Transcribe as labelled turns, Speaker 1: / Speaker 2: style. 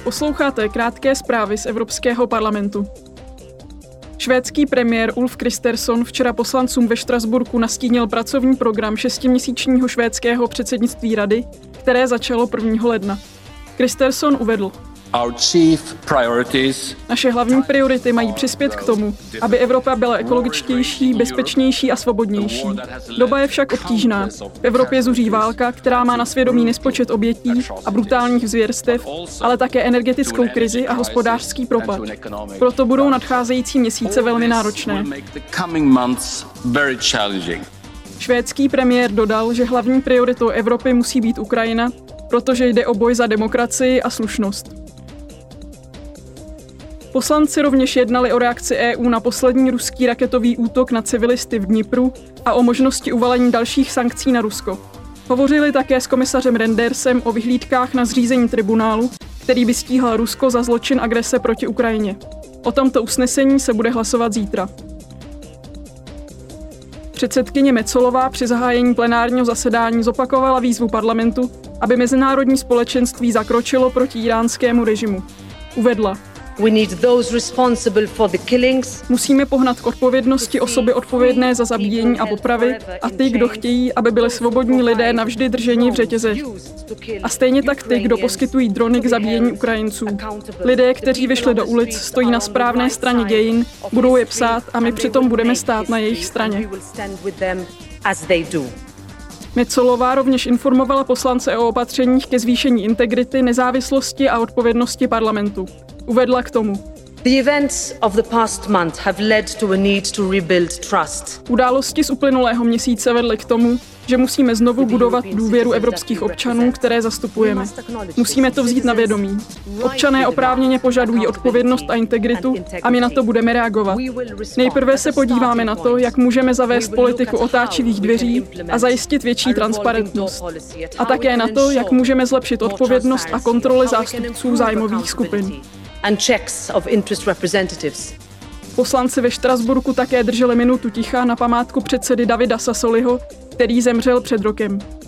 Speaker 1: Posloucháte krátké zprávy z Evropského parlamentu. Švédský premiér Ulf Kristersson včera poslancům ve Štrasburku nastínil pracovní program 6měsíčního švédského předsednictví Rady, které začalo 1. ledna. Kristersson uvedl: Naše hlavní priority mají přispět k tomu, aby Evropa byla ekologičtější, bezpečnější a svobodnější. Doba je však obtížná. V Evropě zuří válka, která má na svědomí nespočet obětí a brutálních zvěrstev, ale také energetickou krizi a hospodářský propad. Proto budou nadcházející měsíce velmi náročné. Švédský premiér dodal, že hlavní prioritou Evropy musí být Ukrajina, protože jde o boj za demokracii a slušnost. Poslanci rovněž jednali o reakci EU na poslední ruský raketový útok na civilisty v Dnipru a o možnosti uvalení dalších sankcí na Rusko. Hovořili také s komisařem Rendersem o vyhlídkách na zřízení tribunálu, který by stíhal Rusko za zločin agrese proti Ukrajině. O tomto usnesení se bude hlasovat zítra. Předsedkyně Metsolová při zahájení plenárního zasedání zopakovala výzvu parlamentu, aby mezinárodní společenství zakročilo proti íránskému režimu. Uvedla: Musíme pohnat k odpovědnosti osoby odpovědné za zabíjení a popravy a ty, kdo chtějí, aby byli svobodní lidé navždy drženi v řetězech. A stejně tak ty, kdo poskytují drony k zabíjení Ukrajinců. Lidé, kteří vyšli do ulic, stojí na správné straně dějin, budou je psát a my přitom budeme stát na jejich straně. Metsolová rovněž informovala poslance o opatřeních ke zvýšení integrity, nezávislosti a odpovědnosti parlamentu. Uvedla k tomu: Události z uplynulého měsíce vedly k tomu, že musíme znovu budovat důvěru evropských občanů, které zastupujeme. Musíme to vzít na vědomí. Občané oprávněně požadují odpovědnost a integritu a my na to budeme reagovat. Nejprve se podíváme na to, jak můžeme zavést politiku otáčivých dveří a zajistit větší transparentnost. A také na to, jak můžeme zlepšit odpovědnost a kontroly zástupců zájmových skupin. Poslanci ve Štrasburku také drželi minutu ticha na památku předsedy Davida Sassoliho, který zemřel před rokem.